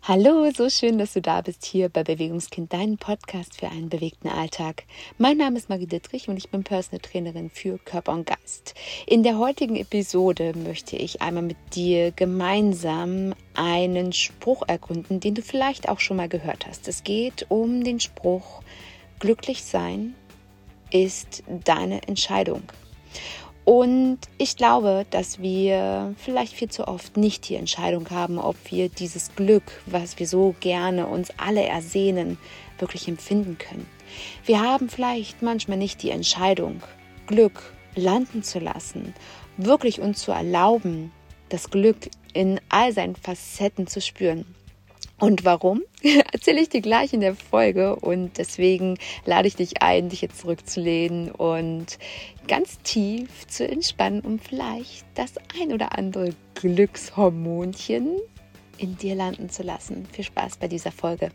Hallo, so schön, dass du da bist hier bei Bewegungskind, deinem Podcast für einen bewegten Alltag. Mein Name ist Marie Dittrich und ich bin Personal Trainerin für Körper und Geist. In der heutigen Episode möchte ich einmal mit dir gemeinsam einen Spruch erkunden, den du vielleicht auch schon mal gehört hast. Es geht um den Spruch: Glücklich sein ist deine Entscheidung. Und ich glaube, dass wir vielleicht viel zu oft nicht die Entscheidung haben, ob wir dieses Glück, was wir so gerne uns alle ersehnen, wirklich empfinden können. Wir haben vielleicht manchmal nicht die Entscheidung, Glück landen zu lassen, wirklich uns zu erlauben, das Glück in all seinen Facetten zu spüren. Und warum? Erzähle ich dir gleich in der Folge, und deswegen lade ich dich ein, dich jetzt zurückzulehnen und ganz tief zu entspannen, um vielleicht das ein oder andere Glückshormonchen in dir landen zu lassen. Viel Spaß bei dieser Folge.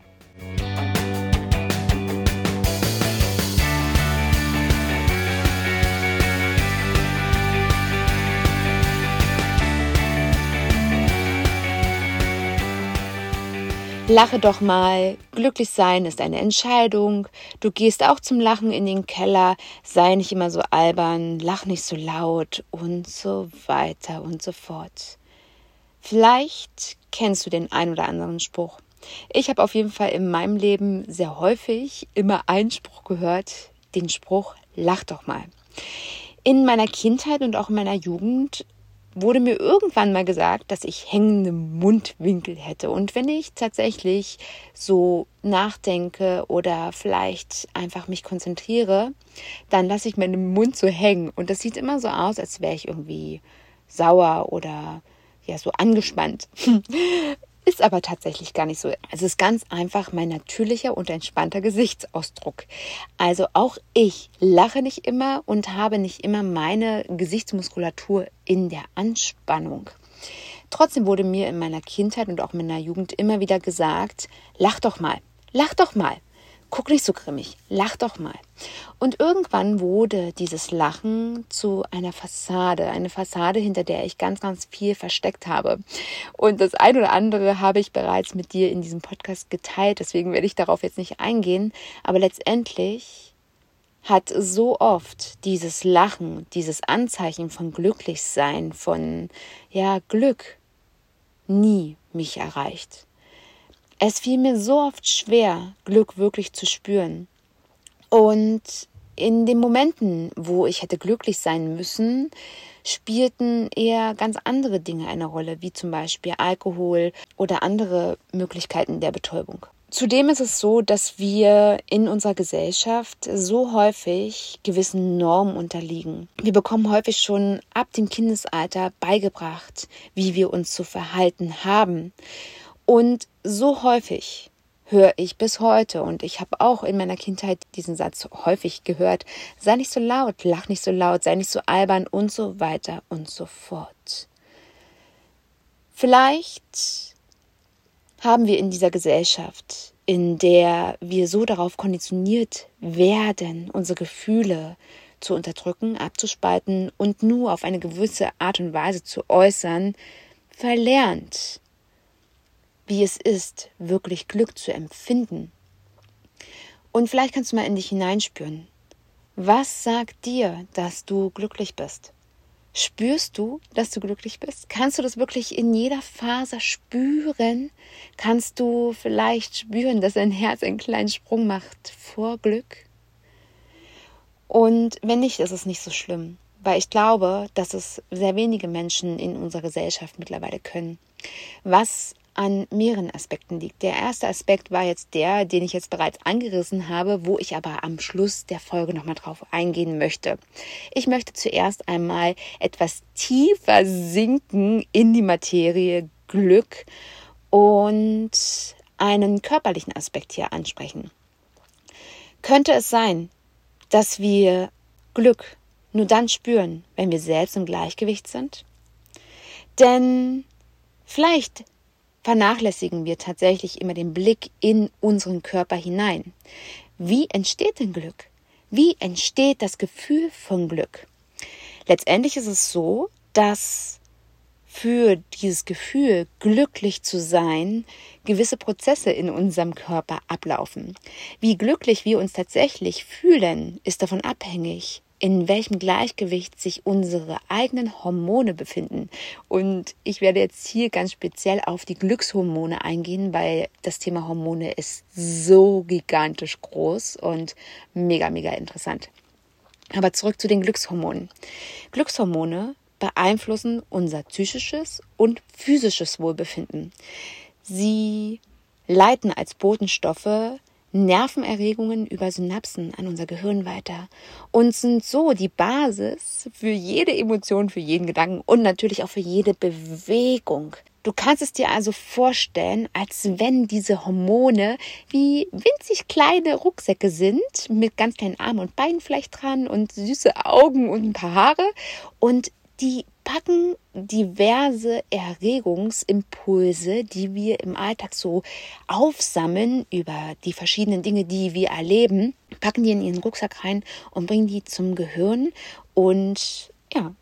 Lache doch mal, glücklich sein ist eine Entscheidung, du gehst auch zum Lachen in den Keller, sei nicht immer so albern, lach nicht so laut und so weiter und so fort. Vielleicht kennst du den ein oder anderen Spruch. Ich habe auf jeden Fall in meinem Leben sehr häufig immer einen Spruch gehört, den Spruch, lach doch mal. In meiner Kindheit und auch in meiner Jugend wurde mir irgendwann mal gesagt, dass ich hängende Mundwinkel hätte. Und wenn ich tatsächlich so nachdenke oder vielleicht einfach mich konzentriere, dann lasse ich meinen Mund so hängen. Und das sieht immer so aus, als wäre ich irgendwie sauer oder ja so angespannt. Ist aber tatsächlich gar nicht so. Es ist ganz einfach mein natürlicher und entspannter Gesichtsausdruck. Also auch ich lache nicht immer und habe nicht immer meine Gesichtsmuskulatur in der Anspannung. Trotzdem wurde mir in meiner Kindheit und auch in meiner Jugend immer wieder gesagt, lach doch mal, guck nicht so grimmig, lach doch mal. Und irgendwann wurde dieses Lachen zu einer Fassade, hinter der ich ganz, ganz viel versteckt habe. Und das ein oder andere habe ich bereits mit dir in diesem Podcast geteilt, deswegen werde ich darauf jetzt nicht eingehen. Aber letztendlich hat so oft dieses Lachen, dieses Anzeichen von Glücklichsein, von Glück, nie mich erreicht. Es fiel mir so oft schwer, Glück wirklich zu spüren. Und in den Momenten, wo ich hätte glücklich sein müssen, spielten eher ganz andere Dinge eine Rolle, wie zum Beispiel Alkohol oder andere Möglichkeiten der Betäubung. Zudem ist es so, dass wir in unserer Gesellschaft so häufig gewissen Normen unterliegen. Wir bekommen häufig schon ab dem Kindesalter beigebracht, wie wir uns zu verhalten haben. Und so häufig höre ich bis heute, und ich habe auch in meiner Kindheit diesen Satz häufig gehört, sei nicht so laut, lach nicht so laut, sei nicht so albern und so weiter und so fort. Vielleicht haben wir in dieser Gesellschaft, in der wir so darauf konditioniert werden, unsere Gefühle zu unterdrücken, abzuspalten und nur auf eine gewisse Art und Weise zu äußern, verlernt, wie es ist, wirklich Glück zu empfinden. Und vielleicht kannst du mal in dich hineinspüren. Was sagt dir, dass du glücklich bist? Spürst du, dass du glücklich bist? Kannst du das wirklich in jeder Faser spüren? Kannst du vielleicht spüren, dass dein Herz einen kleinen Sprung macht vor Glück? Und wenn nicht, ist es nicht so schlimm, weil ich glaube, dass es sehr wenige Menschen in unserer Gesellschaft mittlerweile können. Was an mehreren Aspekten liegt. Der erste Aspekt war jetzt der, den ich jetzt bereits angerissen habe, wo ich aber am Schluss der Folge nochmal drauf eingehen möchte. Ich möchte zuerst einmal etwas tiefer sinken in die Materie Glück und einen körperlichen Aspekt hier ansprechen. Könnte es sein, dass wir Glück nur dann spüren, wenn wir selbst im Gleichgewicht sind? Denn vielleicht vernachlässigen wir tatsächlich immer den Blick in unseren Körper hinein. Wie entsteht denn Glück? Wie entsteht das Gefühl von Glück? Letztendlich ist es so, dass für dieses Gefühl, glücklich zu sein, gewisse Prozesse in unserem Körper ablaufen. Wie glücklich wir uns tatsächlich fühlen, ist davon abhängig, in welchem Gleichgewicht sich unsere eigenen Hormone befinden. Und ich werde jetzt hier ganz speziell auf die Glückshormone eingehen, weil das Thema Hormone ist so gigantisch groß und mega, mega interessant. Aber zurück zu den Glückshormonen. Glückshormone beeinflussen unser psychisches und physisches Wohlbefinden. Sie leiten als Botenstoffe Nervenerregungen über Synapsen an unser Gehirn weiter und sind so die Basis für jede Emotion, für jeden Gedanken und natürlich auch für jede Bewegung. Du kannst es dir also vorstellen, als wenn diese Hormone wie winzig kleine Rucksäcke sind, mit ganz kleinen Armen und Beinen vielleicht dran und süße Augen und ein paar Haare, und die packen diverse Erregungsimpulse, die wir im Alltag so aufsammeln über die verschiedenen Dinge, die wir erleben, packen die in ihren Rucksack rein und bringen die zum Gehirn. Und ja,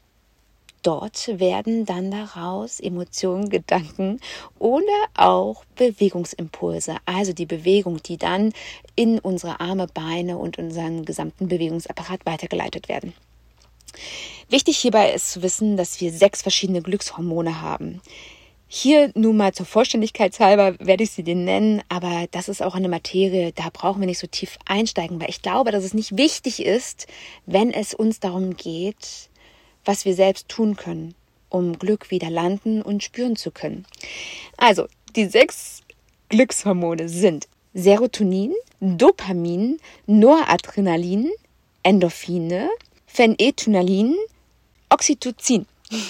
dort werden dann daraus Emotionen, Gedanken oder auch Bewegungsimpulse, also die Bewegung, die dann in unsere Arme, Beine und unseren gesamten Bewegungsapparat weitergeleitet werden. Wichtig hierbei ist zu wissen, dass wir 6 verschiedene Glückshormone haben. Hier nur mal zur Vollständigkeit halber werde ich sie dir nennen, aber das ist auch eine Materie, da brauchen wir nicht so tief einsteigen, weil ich glaube, dass es nicht wichtig ist, wenn es uns darum geht, was wir selbst tun können, um Glück wieder landen und spüren zu können. Also, die 6 Glückshormone sind Serotonin, Dopamin, Noradrenalin, Endorphine, Phenethylalin, Oxytocin.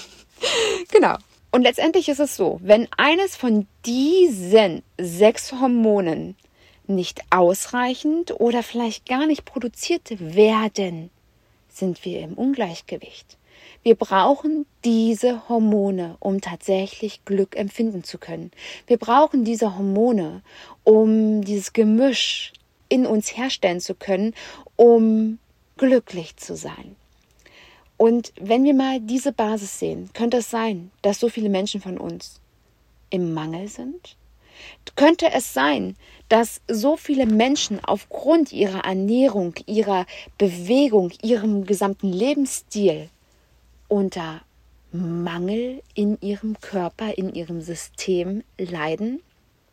Genau. Und letztendlich ist es so, wenn eines von diesen 6 Hormonen nicht ausreichend oder vielleicht gar nicht produziert werden, sind wir im Ungleichgewicht. Wir brauchen diese Hormone, um tatsächlich Glück empfinden zu können. Wir brauchen diese Hormone, um dieses Gemisch in uns herstellen zu können, um glücklich zu sein. Und wenn wir mal diese Basis sehen, könnte es sein, dass so viele Menschen von uns im Mangel sind? Könnte es sein, dass so viele Menschen aufgrund ihrer Ernährung, ihrer Bewegung, ihrem gesamten Lebensstil unter Mangel in ihrem Körper, in ihrem System leiden?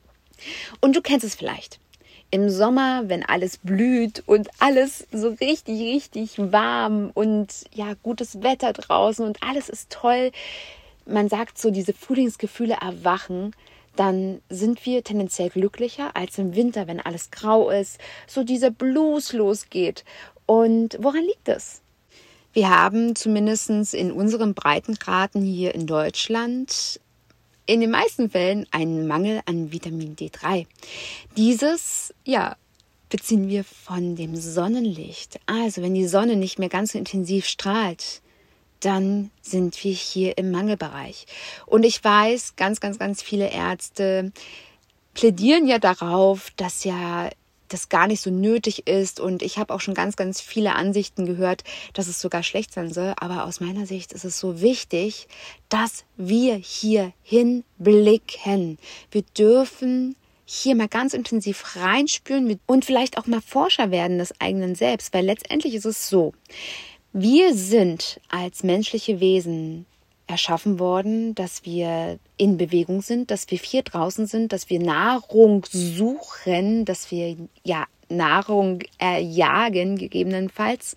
Und du kennst es vielleicht. Im Sommer, wenn alles blüht und alles so richtig, richtig warm und ja, gutes Wetter draußen und alles ist toll, man sagt so, diese Frühlingsgefühle erwachen, dann sind wir tendenziell glücklicher als im Winter, wenn alles grau ist, so dieser Blues losgeht. Und woran liegt es? Wir haben zumindest in unseren Breitengraden hier in Deutschland in den meisten Fällen einen Mangel an Vitamin D3. Dieses, beziehen wir von dem Sonnenlicht. Also wenn die Sonne nicht mehr ganz so intensiv strahlt, dann sind wir hier im Mangelbereich. Und ich weiß, ganz, ganz, ganz viele Ärzte plädieren ja darauf, dass ja das gar nicht so nötig ist. Und ich habe auch schon ganz, ganz viele Ansichten gehört, dass es sogar schlecht sein soll. Aber aus meiner Sicht ist es so wichtig, dass wir hier hinblicken. Wir dürfen hier mal ganz intensiv reinspüren und vielleicht auch mal Forscher werden des eigenen Selbst. Weil letztendlich ist es so, wir sind als menschliche Wesen erschaffen worden, dass wir in Bewegung sind, dass wir viel draußen sind, dass wir Nahrung suchen, dass wir Nahrung erjagen gegebenenfalls.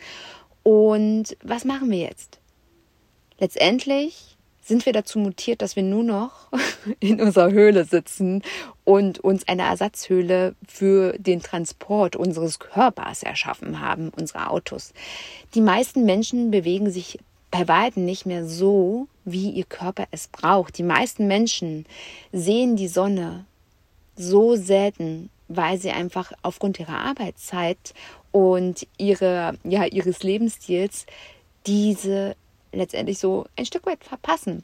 Und was machen wir jetzt? Letztendlich sind wir dazu mutiert, dass wir nur noch in unserer Höhle sitzen und uns eine Ersatzhöhle für den Transport unseres Körpers erschaffen haben, unsere Autos. Die meisten Menschen bewegen sich bei weitem nicht mehr so, wie ihr Körper es braucht. Die meisten Menschen sehen die Sonne so selten, weil sie einfach aufgrund ihrer Arbeitszeit und ihres Lebensstils diese letztendlich so ein Stück weit verpassen.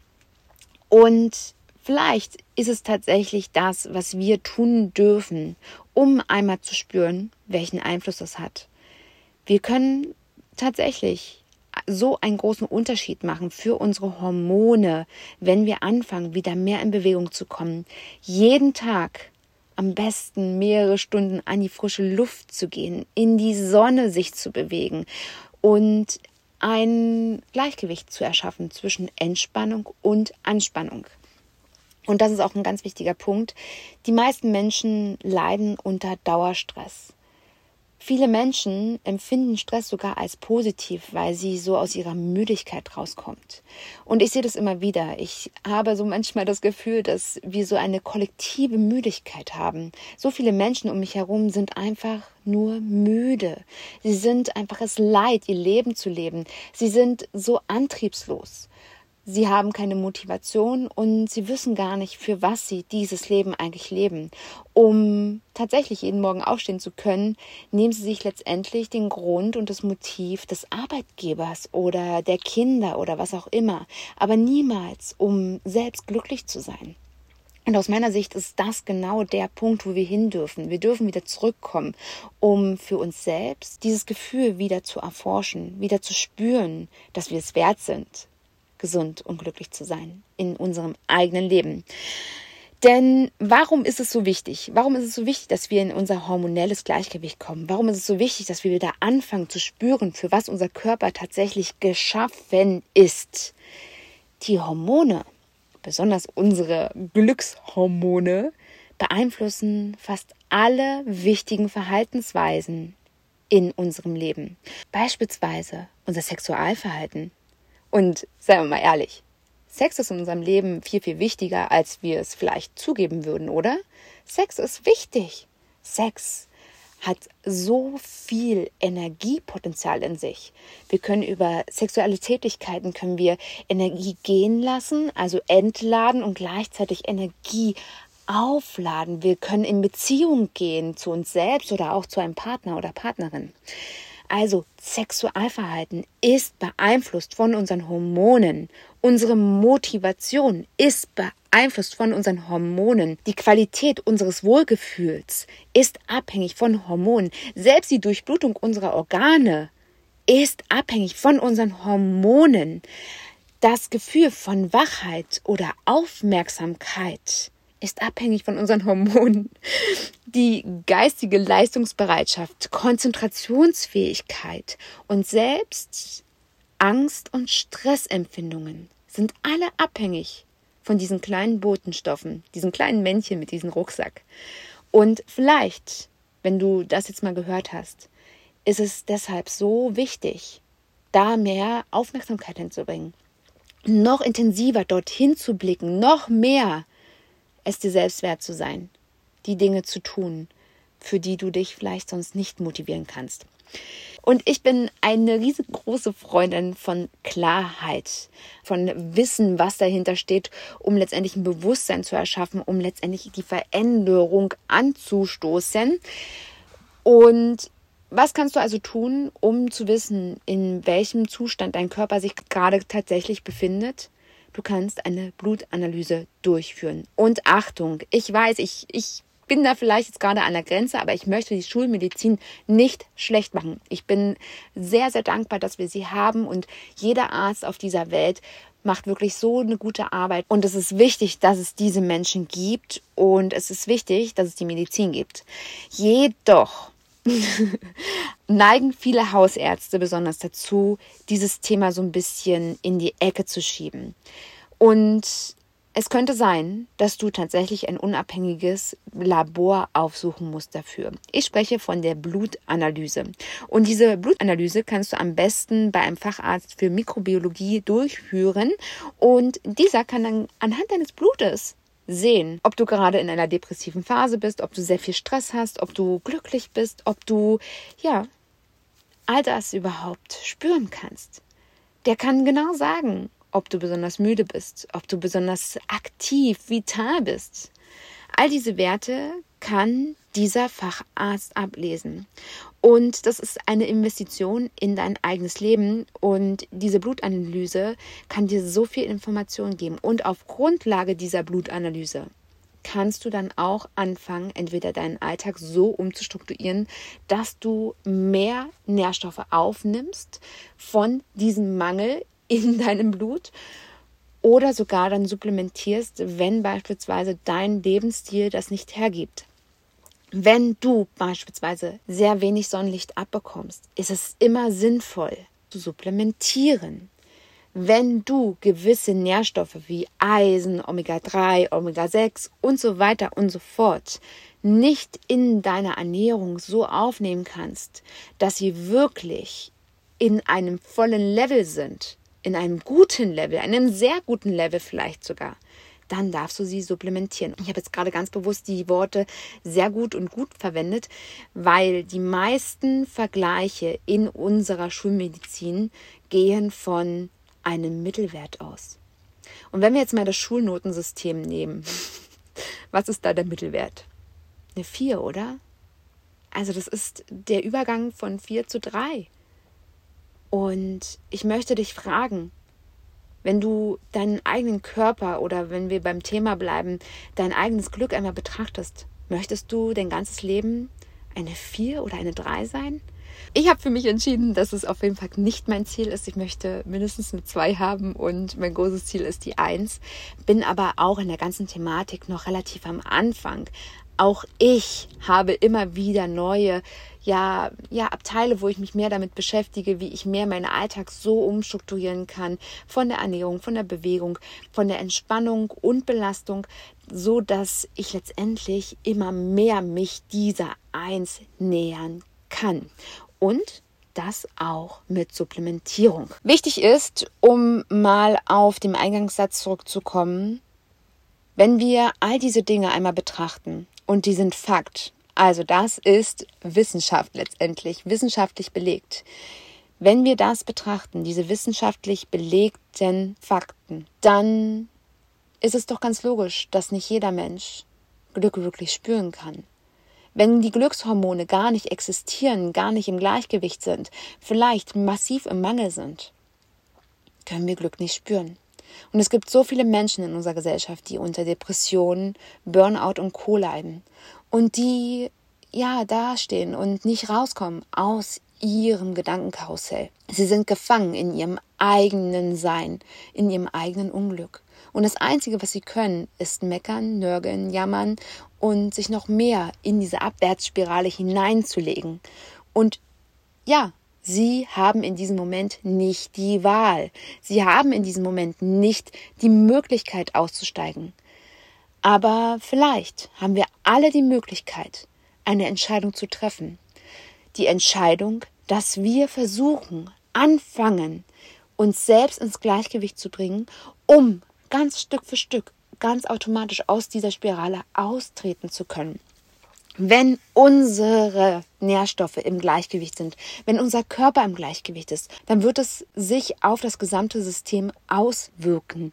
Und vielleicht ist es tatsächlich das, was wir tun dürfen, um einmal zu spüren, welchen Einfluss das hat. Wir können tatsächlich so einen großen Unterschied machen für unsere Hormone, wenn wir anfangen, wieder mehr in Bewegung zu kommen. Jeden Tag am besten mehrere Stunden an die frische Luft zu gehen, in die Sonne sich zu bewegen und ein Gleichgewicht zu erschaffen zwischen Entspannung und Anspannung. Und das ist auch ein ganz wichtiger Punkt. Die meisten Menschen leiden unter Dauerstress. Viele Menschen empfinden Stress sogar als positiv, weil sie so aus ihrer Müdigkeit rauskommt. Und ich sehe das immer wieder. Ich habe so manchmal das Gefühl, dass wir so eine kollektive Müdigkeit haben. So viele Menschen um mich herum sind einfach nur müde. Sie sind einfach es leid, ihr Leben zu leben. Sie sind so antriebslos. Sie haben keine Motivation und sie wissen gar nicht, für was sie dieses Leben eigentlich leben. Um tatsächlich jeden Morgen aufstehen zu können, nehmen sie sich letztendlich den Grund und das Motiv des Arbeitgebers oder der Kinder oder was auch immer, aber niemals, um selbst glücklich zu sein. Und aus meiner Sicht ist das genau der Punkt, wo wir hin dürfen. Wir dürfen wieder zurückkommen, um für uns selbst dieses Gefühl wieder zu erforschen, wieder zu spüren, dass wir es wert sind, gesund und glücklich zu sein in unserem eigenen Leben. Denn warum ist es so wichtig? Warum ist es so wichtig, dass wir in unser hormonelles Gleichgewicht kommen? Warum ist es so wichtig, dass wir wieder anfangen zu spüren, für was unser Körper tatsächlich geschaffen ist? Die Hormone, besonders unsere Glückshormone, beeinflussen fast alle wichtigen Verhaltensweisen in unserem Leben. Beispielsweise unser Sexualverhalten. Und seien wir mal ehrlich, Sex ist in unserem Leben viel, viel wichtiger, als wir es vielleicht zugeben würden, oder? Sex ist wichtig. Sex hat so viel Energiepotenzial in sich. Wir können über sexuelle Tätigkeiten Energie gehen lassen, also entladen und gleichzeitig Energie aufladen. Wir können in Beziehung gehen zu uns selbst oder auch zu einem Partner oder Partnerin. Also Sexualverhalten ist beeinflusst von unseren Hormonen. Unsere Motivation ist beeinflusst von unseren Hormonen. Die Qualität unseres Wohlgefühls ist abhängig von Hormonen. Selbst die Durchblutung unserer Organe ist abhängig von unseren Hormonen. Das Gefühl von Wachheit oder Aufmerksamkeit ist abhängig von unseren Hormonen. Die geistige Leistungsbereitschaft, Konzentrationsfähigkeit und selbst Angst- und Stressempfindungen sind alle abhängig von diesen kleinen Botenstoffen, diesen kleinen Männchen mit diesem Rucksack. Und vielleicht, wenn du das jetzt mal gehört hast, ist es deshalb so wichtig, da mehr Aufmerksamkeit hinzubringen, noch intensiver dorthin zu blicken, noch mehr es dir selbst wert zu sein, die Dinge zu tun, für die du dich vielleicht sonst nicht motivieren kannst. Und ich bin eine riesengroße Freundin von Klarheit, von Wissen, was dahinter steht, um letztendlich ein Bewusstsein zu erschaffen, um letztendlich die Veränderung anzustoßen. Und was kannst du also tun, um zu wissen, in welchem Zustand dein Körper sich gerade tatsächlich befindet? Du kannst eine Blutanalyse durchführen. Und Achtung, ich weiß, ich bin da vielleicht jetzt gerade an der Grenze, aber ich möchte die Schulmedizin nicht schlecht machen. Ich bin sehr, sehr dankbar, dass wir sie haben und jeder Arzt auf dieser Welt macht wirklich so eine gute Arbeit. Und es ist wichtig, dass es diese Menschen gibt und es ist wichtig, dass es die Medizin gibt. Jedoch neigen viele Hausärzte besonders dazu, dieses Thema so ein bisschen in die Ecke zu schieben. Und es könnte sein, dass du tatsächlich ein unabhängiges Labor aufsuchen musst dafür. Ich spreche von der Blutanalyse. Und diese Blutanalyse kannst du am besten bei einem Facharzt für Mikrobiologie durchführen. Und dieser kann dann anhand deines Blutes sehen, ob du gerade in einer depressiven Phase bist, ob du sehr viel Stress hast, ob du glücklich bist, ob du, all das überhaupt spüren kannst. Der kann genau sagen, ob du besonders müde bist, ob du besonders aktiv, vital bist. All diese Werte kann dieser Facharzt ablesen. Und das ist eine Investition in dein eigenes Leben. Und diese Blutanalyse kann dir so viel Information geben. Und auf Grundlage dieser Blutanalyse kannst du dann auch anfangen, entweder deinen Alltag so umzustrukturieren, dass du mehr Nährstoffe aufnimmst von diesem Mangel in deinem Blut oder sogar dann supplementierst, wenn beispielsweise dein Lebensstil das nicht hergibt. Wenn du beispielsweise sehr wenig Sonnenlicht abbekommst, ist es immer sinnvoll zu supplementieren. Wenn du gewisse Nährstoffe wie Eisen, Omega-3, Omega-6 und so weiter und so fort nicht in deiner Ernährung so aufnehmen kannst, dass sie wirklich in einem vollen Level sind, in einem guten Level, einem sehr guten Level vielleicht sogar, dann darfst du sie supplementieren. Ich habe jetzt gerade ganz bewusst die Worte sehr gut und gut verwendet, weil die meisten Vergleiche in unserer Schulmedizin gehen von einem Mittelwert aus. Und wenn wir jetzt mal das Schulnotensystem nehmen, was ist da der Mittelwert? Eine 4, oder? Also das ist der Übergang von 4 zu 3. Und ich möchte dich fragen, wenn du deinen eigenen Körper oder wenn wir beim Thema bleiben, dein eigenes Glück einmal betrachtest, möchtest du dein ganzes Leben eine 4 oder eine 3 sein? Ich habe für mich entschieden, dass es auf jeden Fall nicht mein Ziel ist. Ich möchte mindestens eine 2 haben und mein großes Ziel ist die 1. Bin aber auch in der ganzen Thematik noch relativ am Anfang. Auch ich habe immer wieder neue Abteile, wo ich mich mehr damit beschäftige, wie ich mehr meinen Alltag so umstrukturieren kann, von der Ernährung, von der Bewegung, von der Entspannung und Belastung, so dass ich letztendlich immer mehr mich dieser 1 nähern kann. Und das auch mit Supplementierung. Wichtig ist, um mal auf den Eingangssatz zurückzukommen, wenn wir all diese Dinge einmal betrachten und die sind Fakt, also das ist Wissenschaft letztendlich, wissenschaftlich belegt. Wenn wir das betrachten, diese wissenschaftlich belegten Fakten, dann ist es doch ganz logisch, dass nicht jeder Mensch Glück wirklich spüren kann. Wenn die Glückshormone gar nicht existieren, gar nicht im Gleichgewicht sind, vielleicht massiv im Mangel sind, können wir Glück nicht spüren. Und es gibt so viele Menschen in unserer Gesellschaft, die unter Depressionen, Burnout und Co. leiden und die dastehen und nicht rauskommen aus ihrem Gedankenkarussell. Sie sind gefangen in ihrem eigenen Sein, in ihrem eigenen Unglück. Und das Einzige, was sie können, ist meckern, nörgeln, jammern und sich noch mehr in diese Abwärtsspirale hineinzulegen. Und ja, sie haben in diesem Moment nicht die Wahl. Sie haben in diesem Moment nicht die Möglichkeit auszusteigen. Aber vielleicht haben wir alle die Möglichkeit, eine Entscheidung zu treffen. Die Entscheidung, dass wir versuchen, anfangen, uns selbst ins Gleichgewicht zu bringen, um ganz Stück für Stück, ganz automatisch aus dieser Spirale austreten zu können. Wenn unsere Nährstoffe im Gleichgewicht sind, wenn unser Körper im Gleichgewicht ist, dann wird es sich auf das gesamte System auswirken.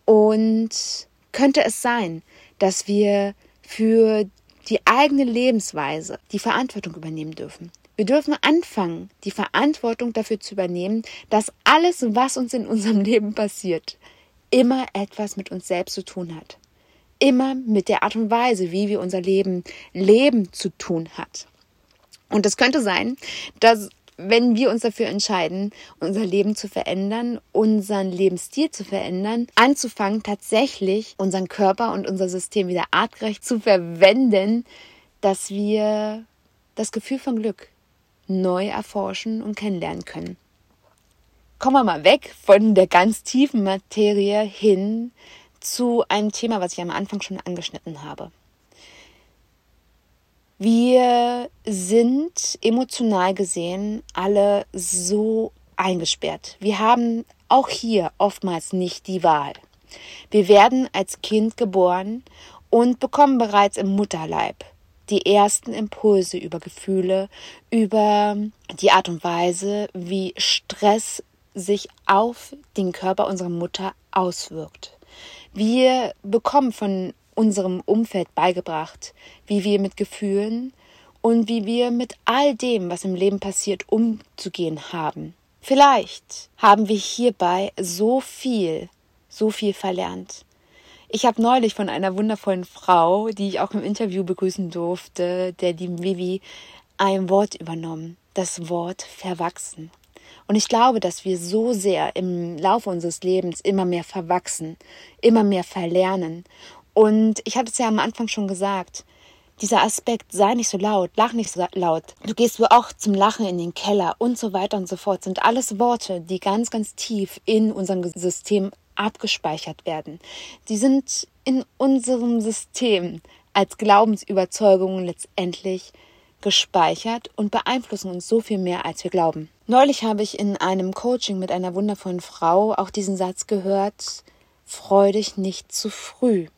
Und könnte es sein, dass wir für die eigene Lebensweise die Verantwortung übernehmen dürfen. Wir dürfen anfangen, die Verantwortung dafür zu übernehmen, dass alles, was uns in unserem Leben passiert, immer etwas mit uns selbst zu tun hat. Immer mit der Art und Weise, wie wir unser Leben leben, zu tun hat. Und es könnte sein, dass wenn wir uns dafür entscheiden, unser Leben zu verändern, unseren Lebensstil zu verändern, anzufangen, tatsächlich unseren Körper und unser System wieder artgerecht zu verwenden, dass wir das Gefühl von Glück neu erforschen und kennenlernen können. Kommen wir mal weg von der ganz tiefen Materie hin zu einem Thema, was ich am Anfang schon angeschnitten habe. Wir sind emotional gesehen alle so eingesperrt. Wir haben auch hier oftmals nicht die Wahl. Wir werden als Kind geboren und bekommen bereits im Mutterleib die ersten Impulse über Gefühle, über die Art und Weise, wie Stress sich auf den Körper unserer Mutter auswirkt. Wir bekommen von unserem Umfeld beigebracht, wie wir mit Gefühlen und wie wir mit all dem, was im Leben passiert, umzugehen haben. Vielleicht haben wir hierbei so viel verlernt. Ich habe neulich von einer wundervollen Frau, die ich auch im Interview begrüßen durfte, der lieben Vivi, ein Wort übernommen. Das Wort verwachsen. Und ich glaube, dass wir so sehr im Laufe unseres Lebens immer mehr verwachsen, immer mehr verlernen. Und ich hatte es ja am Anfang schon gesagt, dieser Aspekt, sei nicht so laut, lach nicht so laut, du gehst wohl auch zum Lachen in den Keller und so weiter und so fort, sind alles Worte, die ganz, ganz tief in unserem System abgespeichert werden. Die sind in unserem System als Glaubensüberzeugungen letztendlich gespeichert und beeinflussen uns so viel mehr, als wir glauben. Neulich habe ich in einem Coaching mit einer wundervollen Frau auch diesen Satz gehört: Freu dich nicht zu früh.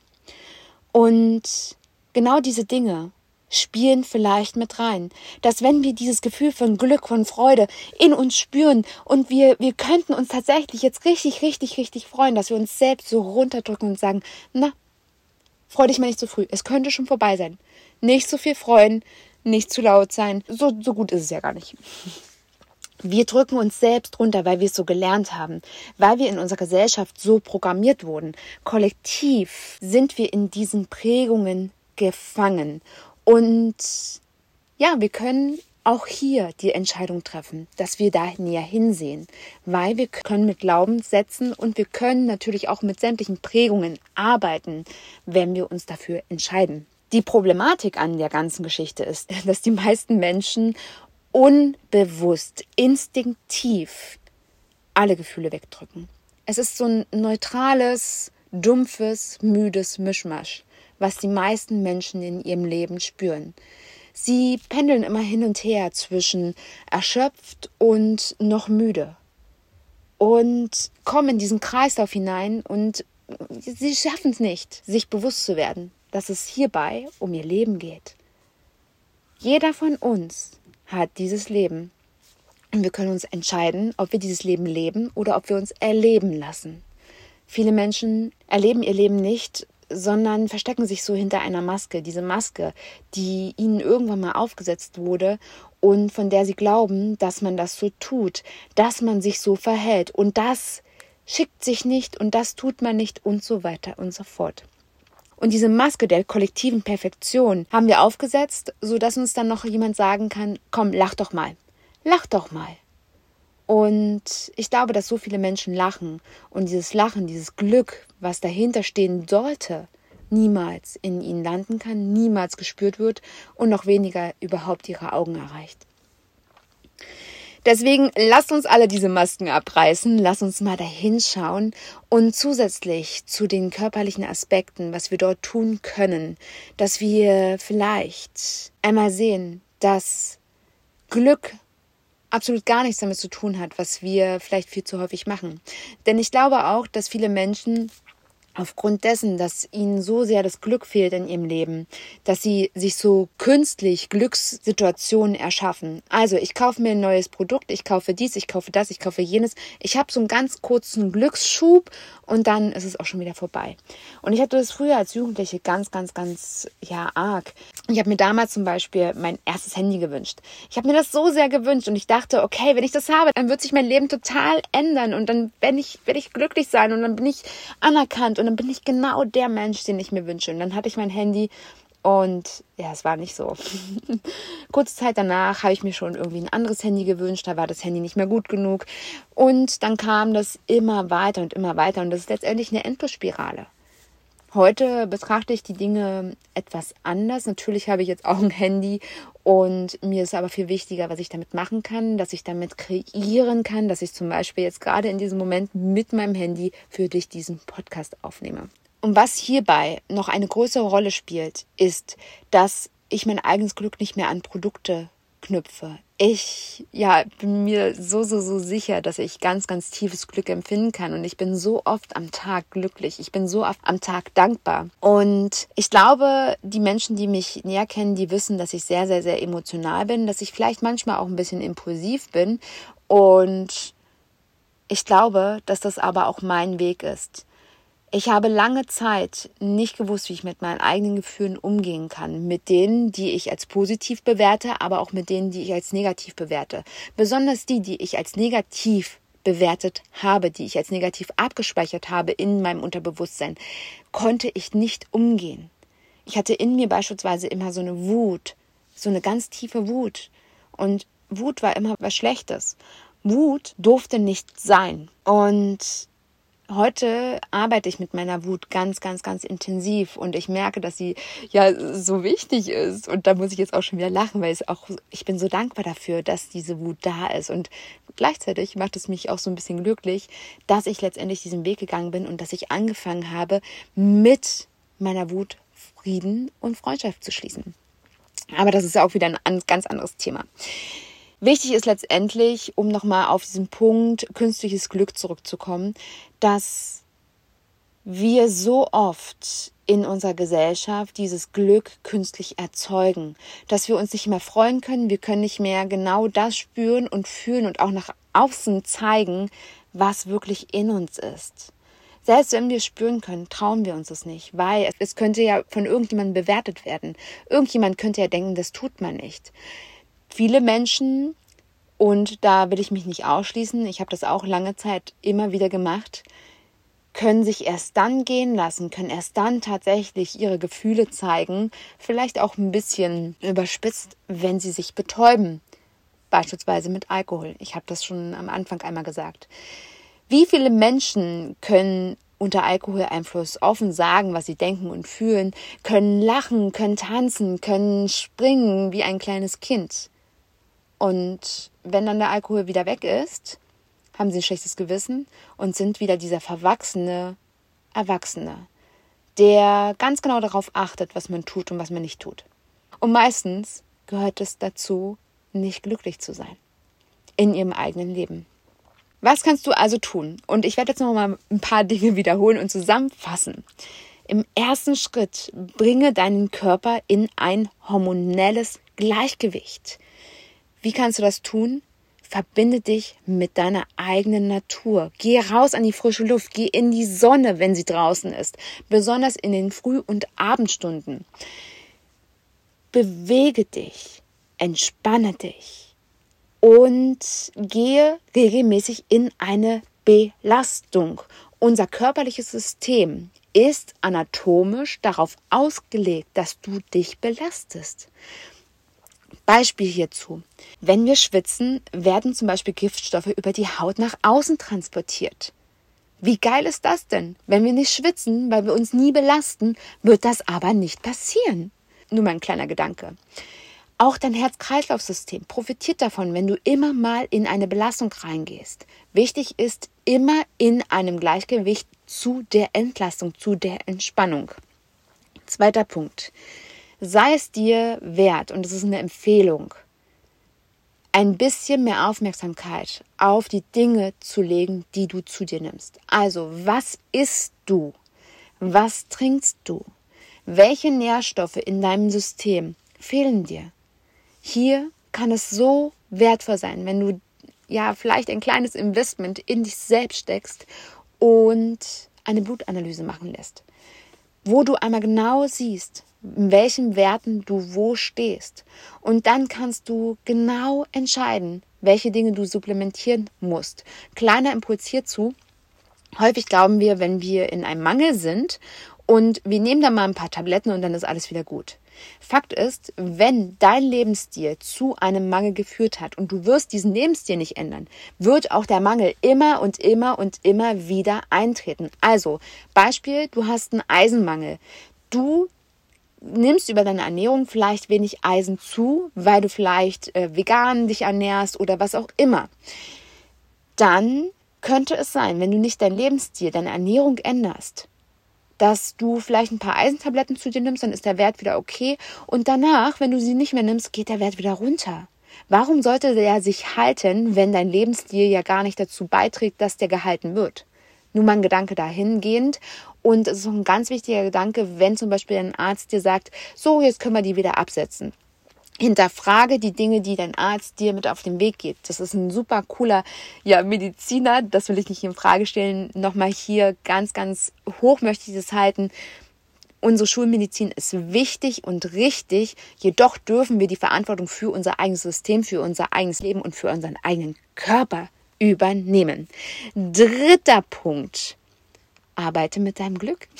Und genau diese Dinge spielen vielleicht mit rein, dass wenn wir dieses Gefühl von Glück, von Freude in uns spüren und wir könnten uns tatsächlich jetzt richtig, richtig, richtig freuen, dass wir uns selbst so runterdrücken und sagen, na, freu dich mal nicht zu früh, es könnte schon vorbei sein. Nicht so viel freuen, nicht zu laut sein, so gut ist es ja gar nicht. Wir drücken uns selbst runter, weil wir es so gelernt haben, weil wir in unserer Gesellschaft so programmiert wurden. Kollektiv sind wir in diesen Prägungen gefangen. Und ja, wir können auch hier die Entscheidung treffen, dass wir da näher hinsehen, weil wir können mit Glaubenssätzen und wir können natürlich auch mit sämtlichen Prägungen arbeiten, wenn wir uns dafür entscheiden. Die Problematik an der ganzen Geschichte ist, dass die meisten Menschen unbewusst, instinktiv alle Gefühle wegdrücken. Es ist so ein neutrales, dumpfes, müdes Mischmasch, was die meisten Menschen in ihrem Leben spüren. Sie pendeln immer hin und her zwischen erschöpft und noch müde und kommen in diesen Kreislauf hinein und sie schaffen es nicht, sich bewusst zu werden, dass es hierbei um ihr Leben geht. Jeder von uns hat dieses Leben und wir können uns entscheiden, ob wir dieses Leben leben oder ob wir uns erleben lassen. Viele Menschen erleben ihr Leben nicht, sondern verstecken sich so hinter einer Maske. Diese Maske, die ihnen irgendwann mal aufgesetzt wurde und von der sie glauben, dass man das so tut, dass man sich so verhält und das schickt sich nicht und das tut man nicht und so weiter und so fort. Und diese Maske der kollektiven Perfektion haben wir aufgesetzt, sodass uns dann noch jemand sagen kann, komm, lach doch mal. Lach doch mal. Und ich glaube, dass so viele Menschen lachen und dieses Lachen, dieses Glück, was dahinter stehen sollte, niemals in ihnen landen kann, niemals gespürt wird und noch weniger überhaupt ihre Augen erreicht. Deswegen lasst uns alle diese Masken abreißen, lasst uns mal dahin schauen und zusätzlich zu den körperlichen Aspekten, was wir dort tun können, dass wir vielleicht einmal sehen, dass Glück absolut gar nichts damit zu tun hat, was wir vielleicht viel zu häufig machen. Denn ich glaube auch, dass viele Menschen aufgrund dessen, dass ihnen so sehr das Glück fehlt in ihrem Leben, dass sie sich so künstlich Glückssituationen erschaffen. Also ich kaufe mir ein neues Produkt, ich kaufe dies, ich kaufe das, ich kaufe jenes. Ich habe so einen ganz kurzen Glücksschub und dann ist es auch schon wieder vorbei. Und ich hatte das früher als Jugendliche ganz arg. Ich habe mir damals zum Beispiel mein erstes Handy gewünscht. Ich habe mir das so sehr gewünscht und ich dachte, okay, wenn ich das habe, dann wird sich mein Leben total ändern und dann werde ich glücklich sein und dann bin ich anerkannt und dann bin ich genau der Mensch, den ich mir wünsche. Und dann hatte ich mein Handy und ja, es war nicht so. Kurze Zeit danach habe ich mir schon irgendwie ein anderes Handy gewünscht, da war das Handy nicht mehr gut genug. Und dann kam das immer weiter und das ist letztendlich eine Endlosspirale. Heute betrachte ich die Dinge etwas anders. Natürlich habe ich jetzt auch ein Handy und mir ist aber viel wichtiger, was ich damit machen kann, dass ich damit kreieren kann, dass ich zum Beispiel jetzt gerade in diesem Moment mit meinem Handy für dich diesen Podcast aufnehme. Und was hierbei noch eine größere Rolle spielt, ist, dass ich mein eigenes Glück nicht mehr an Produkte knüpfe. Ich bin mir so sicher, dass ich ganz tiefes Glück empfinden kann und ich bin so oft am Tag glücklich. Ich bin so oft am Tag dankbar. Und ich glaube, die Menschen, die mich näher kennen, die wissen, dass ich sehr, sehr, sehr emotional bin, dass ich vielleicht manchmal auch ein bisschen impulsiv bin und ich glaube, dass das aber auch mein Weg ist. Ich habe lange Zeit nicht gewusst, wie ich mit meinen eigenen Gefühlen umgehen kann. Mit denen, die ich als positiv bewerte, aber auch mit denen, die ich als negativ bewerte. Besonders die ich als negativ bewertet habe, die ich als negativ abgespeichert habe in meinem Unterbewusstsein, konnte ich nicht umgehen. Ich hatte in mir beispielsweise immer so eine Wut, so eine ganz tiefe Wut. Und Wut war immer was Schlechtes. Wut durfte nicht sein. Und heute arbeite ich mit meiner Wut ganz, ganz, ganz intensiv und ich merke, dass sie ja so wichtig ist. Und da muss ich jetzt auch schon wieder lachen, weil ich bin so dankbar dafür, dass diese Wut da ist. Und gleichzeitig macht es mich auch so ein bisschen glücklich, dass ich letztendlich diesen Weg gegangen bin und dass ich angefangen habe, mit meiner Wut Frieden und Freundschaft zu schließen. Aber das ist ja auch wieder ein ganz anderes Thema. Wichtig ist letztendlich, um nochmal auf diesen Punkt künstliches Glück zurückzukommen, dass wir so oft in unserer Gesellschaft dieses Glück künstlich erzeugen, dass wir uns nicht mehr freuen können, wir können nicht mehr genau das spüren und fühlen und auch nach außen zeigen, was wirklich in uns ist. Selbst wenn wir spüren können, trauen wir uns es nicht, weil es könnte ja von irgendjemandem bewertet werden. Irgendjemand könnte ja denken, das tut man nicht. Viele Menschen, und da will ich mich nicht ausschließen, ich habe das auch lange Zeit immer wieder gemacht, können sich erst dann gehen lassen, können erst dann tatsächlich ihre Gefühle zeigen, vielleicht auch ein bisschen überspitzt, wenn sie sich betäuben, beispielsweise mit Alkohol. Ich habe das schon am Anfang einmal gesagt. Wie viele Menschen können unter Alkoholeinfluss offen sagen, was sie denken und fühlen, können lachen, können tanzen, können springen wie ein kleines Kind. Und wenn dann der Alkohol wieder weg ist, haben sie ein schlechtes Gewissen und sind wieder dieser verwachsene Erwachsene, der ganz genau darauf achtet, was man tut und was man nicht tut. Und meistens gehört es dazu, nicht glücklich zu sein in ihrem eigenen Leben. Was kannst du also tun? Und ich werde jetzt noch mal ein paar Dinge wiederholen und zusammenfassen. Im ersten Schritt bringe deinen Körper in ein hormonelles Gleichgewicht. Wie kannst du das tun? Verbinde dich mit deiner eigenen Natur. Geh raus an die frische Luft. Geh in die Sonne, wenn sie draußen ist. Besonders in den Früh- und Abendstunden. Bewege dich. Entspanne dich. Und gehe regelmäßig in eine Belastung. Unser körperliches System ist anatomisch darauf ausgelegt, dass du dich belastest. Beispiel hierzu. Wenn wir schwitzen, werden zum Beispiel Giftstoffe über die Haut nach außen transportiert. Wie geil ist das denn? Wenn wir nicht schwitzen, weil wir uns nie belasten, wird das aber nicht passieren. Nur mal ein kleiner Gedanke. Auch dein Herz-Kreislauf-System profitiert davon, wenn du immer mal in eine Belastung reingehst. Wichtig ist, immer in einem Gleichgewicht zu der Entlastung, zu der Entspannung. Zweiter Punkt. Sei es dir wert, und es ist eine Empfehlung, ein bisschen mehr Aufmerksamkeit auf die Dinge zu legen, die du zu dir nimmst. Also, was isst du? Was trinkst du? Welche Nährstoffe in deinem System fehlen dir? Hier kann es so wertvoll sein, wenn du ja vielleicht ein kleines Investment in dich selbst steckst und eine Blutanalyse machen lässt, wo du einmal genau siehst, in welchen Werten du wo stehst. Und dann kannst du genau entscheiden, welche Dinge du supplementieren musst. Kleiner Impuls hierzu. Häufig glauben wir, wenn wir in einem Mangel sind und wir nehmen dann mal ein paar Tabletten und dann ist alles wieder gut. Fakt ist, wenn dein Lebensstil zu einem Mangel geführt hat und du wirst diesen Lebensstil nicht ändern, wird auch der Mangel immer und immer und immer wieder eintreten. Also, Beispiel, du hast einen Eisenmangel. Du nimmst über deine Ernährung vielleicht wenig Eisen zu, weil du vielleicht vegan dich ernährst oder was auch immer. Dann könnte es sein, wenn du nicht deinen Lebensstil, deine Ernährung änderst, dass du vielleicht ein paar Eisentabletten zu dir nimmst, dann ist der Wert wieder okay. Und danach, wenn du sie nicht mehr nimmst, geht der Wert wieder runter. Warum sollte der sich halten, wenn dein Lebensstil ja gar nicht dazu beiträgt, dass der gehalten wird? Nur mal ein Gedanke dahingehend. Und es ist auch ein ganz wichtiger Gedanke, wenn zum Beispiel ein Arzt dir sagt, so, jetzt können wir die wieder absetzen. Hinterfrage die Dinge, die dein Arzt dir mit auf den Weg gibt. Das ist ein super cooler Mediziner, das will ich nicht in Frage stellen. Nochmal hier ganz, ganz hoch möchte ich das halten. Unsere Schulmedizin ist wichtig und richtig, jedoch dürfen wir die Verantwortung für unser eigenes System, für unser eigenes Leben und für unseren eigenen Körper übernehmen. 3. Punkt. Arbeite mit deinem Glück.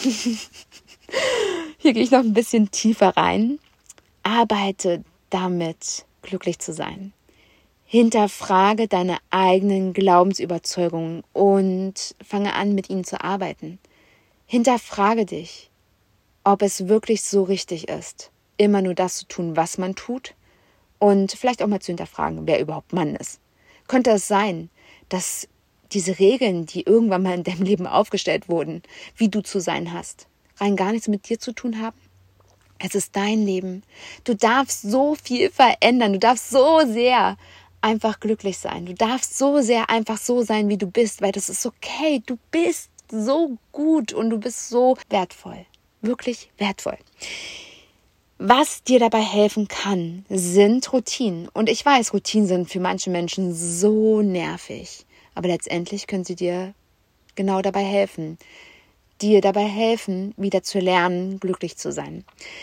Hier gehe ich noch ein bisschen tiefer rein. Arbeite damit, glücklich zu sein. Hinterfrage deine eigenen Glaubensüberzeugungen und fange an, mit ihnen zu arbeiten. Hinterfrage dich, ob es wirklich so richtig ist, immer nur das zu tun, was man tut, und vielleicht auch mal zu hinterfragen, wer überhaupt Mann ist. Könnte es sein, dass diese Regeln, die irgendwann mal in deinem Leben aufgestellt wurden, wie du zu sein hast, rein gar nichts mit dir zu tun haben? Es ist dein Leben. Du darfst so viel verändern. Du darfst so sehr einfach glücklich sein. Du darfst so sehr einfach so sein, wie du bist, weil das ist okay. Du bist so gut und du bist so wertvoll. Wirklich wertvoll. Was dir dabei helfen kann, sind Routinen. Und ich weiß, Routinen sind für manche Menschen so nervig. Aber letztendlich können sie dir genau dabei helfen. Dir dabei helfen, wieder zu lernen, glücklich zu sein.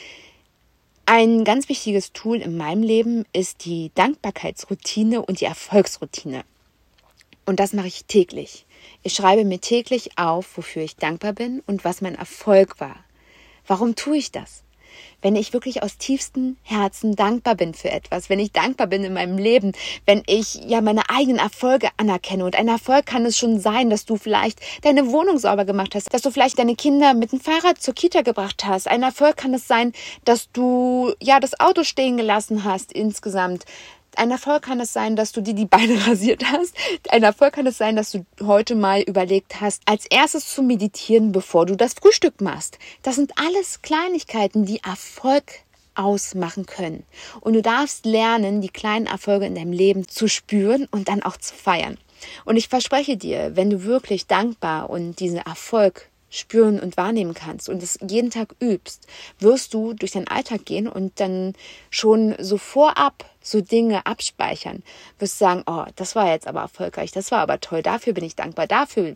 Ein ganz wichtiges Tool in meinem Leben ist die Dankbarkeitsroutine und die Erfolgsroutine. Und das mache ich täglich. Ich schreibe mir täglich auf, wofür ich dankbar bin und was mein Erfolg war. Warum tue ich das? Wenn ich wirklich aus tiefstem Herzen dankbar bin für etwas, wenn ich dankbar bin in meinem Leben, wenn ich meine eigenen Erfolge anerkenne. Und ein Erfolg kann es schon sein, dass du vielleicht deine Wohnung sauber gemacht hast, dass du vielleicht deine Kinder mit dem Fahrrad zur Kita gebracht hast. Ein Erfolg kann es sein, dass du das Auto stehen gelassen hast insgesamt. Ein Erfolg kann es sein, dass du dir die Beine rasiert hast. Ein Erfolg kann es sein, dass du heute mal überlegt hast, als erstes zu meditieren, bevor du das Frühstück machst. Das sind alles Kleinigkeiten, die Erfolg ausmachen können. Und du darfst lernen, die kleinen Erfolge in deinem Leben zu spüren und dann auch zu feiern. Und ich verspreche dir, wenn du wirklich dankbar und diesen Erfolg spüren und wahrnehmen kannst und es jeden Tag übst, wirst du durch deinen Alltag gehen und dann schon so vorab so Dinge abspeichern. Wirst sagen, oh, das war jetzt aber erfolgreich, das war aber toll, dafür bin ich dankbar,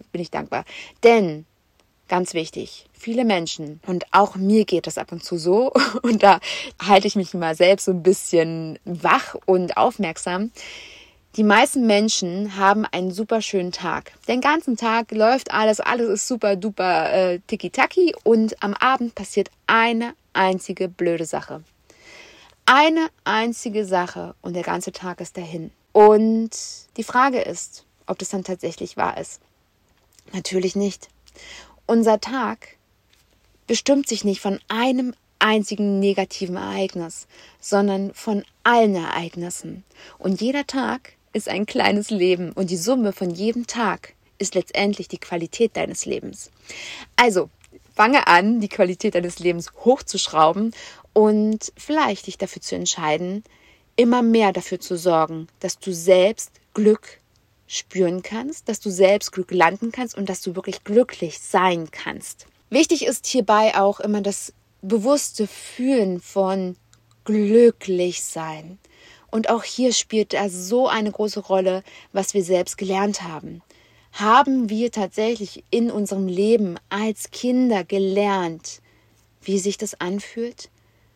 Denn, ganz wichtig, viele Menschen, und auch mir geht das ab und zu so, und da halte ich mich mal selbst so ein bisschen wach und aufmerksam. Die meisten Menschen haben einen super schönen Tag. Den ganzen Tag läuft alles ist super duper tiki-taki und am Abend passiert eine einzige blöde Sache. Eine einzige Sache und der ganze Tag ist dahin. Und die Frage ist, ob das dann tatsächlich wahr ist. Natürlich nicht. Unser Tag bestimmt sich nicht von einem einzigen negativen Ereignis, sondern von allen Ereignissen. Und jeder Tag ist ein kleines Leben und die Summe von jedem Tag ist letztendlich die Qualität deines Lebens. Also, fange an, die Qualität deines Lebens hochzuschrauben und vielleicht dich dafür zu entscheiden, immer mehr dafür zu sorgen, dass du selbst Glück spüren kannst, dass du selbst Glück landen kannst und dass du wirklich glücklich sein kannst. Wichtig ist hierbei auch immer das bewusste Fühlen von glücklich sein. Und auch hier spielt da so eine große Rolle, was wir selbst gelernt haben. Haben wir tatsächlich in unserem Leben als Kinder gelernt, wie sich das anfühlt?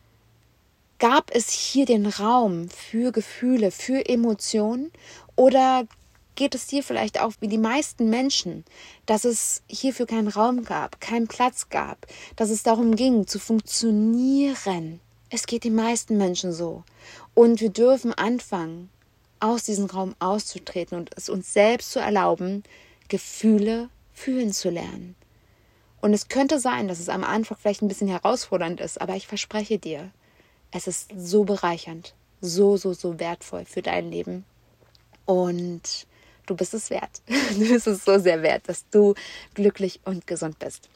Gab es hier den Raum für Gefühle, für Emotionen? Oder geht es dir vielleicht auch wie die meisten Menschen, dass es hierfür keinen Raum gab, keinen Platz gab, dass es darum ging, zu funktionieren? Es geht den meisten Menschen so. Und wir dürfen anfangen, aus diesem Raum auszutreten und es uns selbst zu erlauben, Gefühle fühlen zu lernen. Und es könnte sein, dass es am Anfang vielleicht ein bisschen herausfordernd ist, aber ich verspreche dir, es ist so bereichernd, so wertvoll für dein Leben. Und du bist es wert. Du bist es so sehr wert, dass du glücklich und gesund bist.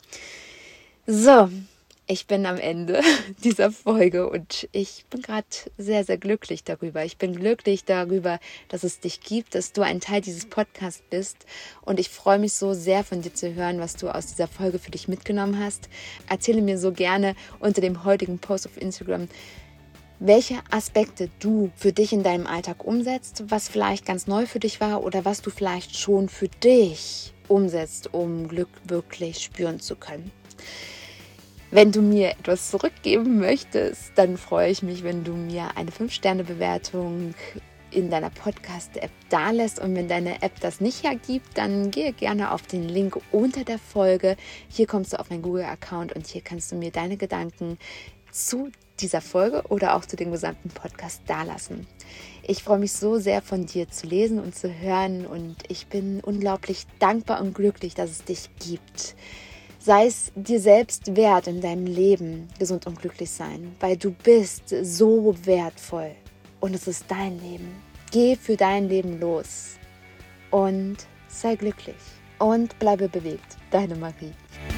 So, ich bin am Ende dieser Folge und ich bin gerade sehr, sehr glücklich darüber. Ich bin glücklich darüber, dass es dich gibt, dass du ein Teil dieses Podcasts bist. Und ich freue mich so sehr von dir zu hören, was du aus dieser Folge für dich mitgenommen hast. Erzähle mir so gerne unter dem heutigen Post auf Instagram, welche Aspekte du für dich in deinem Alltag umsetzt, was vielleicht ganz neu für dich war oder was du vielleicht schon für dich umsetzt, um Glück wirklich spüren zu können. Wenn du mir etwas zurückgeben möchtest, dann freue ich mich, wenn du mir eine 5-Sterne-Bewertung in deiner Podcast-App dalässt. Und wenn deine App das nicht hergibt, dann gehe gerne auf den Link unter der Folge. Hier kommst du auf meinen Google-Account und hier kannst du mir deine Gedanken zu dieser Folge oder auch zu dem gesamten Podcast dalassen. Ich freue mich so sehr, von dir zu lesen und zu hören, und ich bin unglaublich dankbar und glücklich, dass es dich gibt. Sei es dir selbst wert, in deinem Leben gesund und glücklich sein, weil du bist so wertvoll und es ist dein Leben. Geh für dein Leben los und sei glücklich und bleibe bewegt. Deine Marie.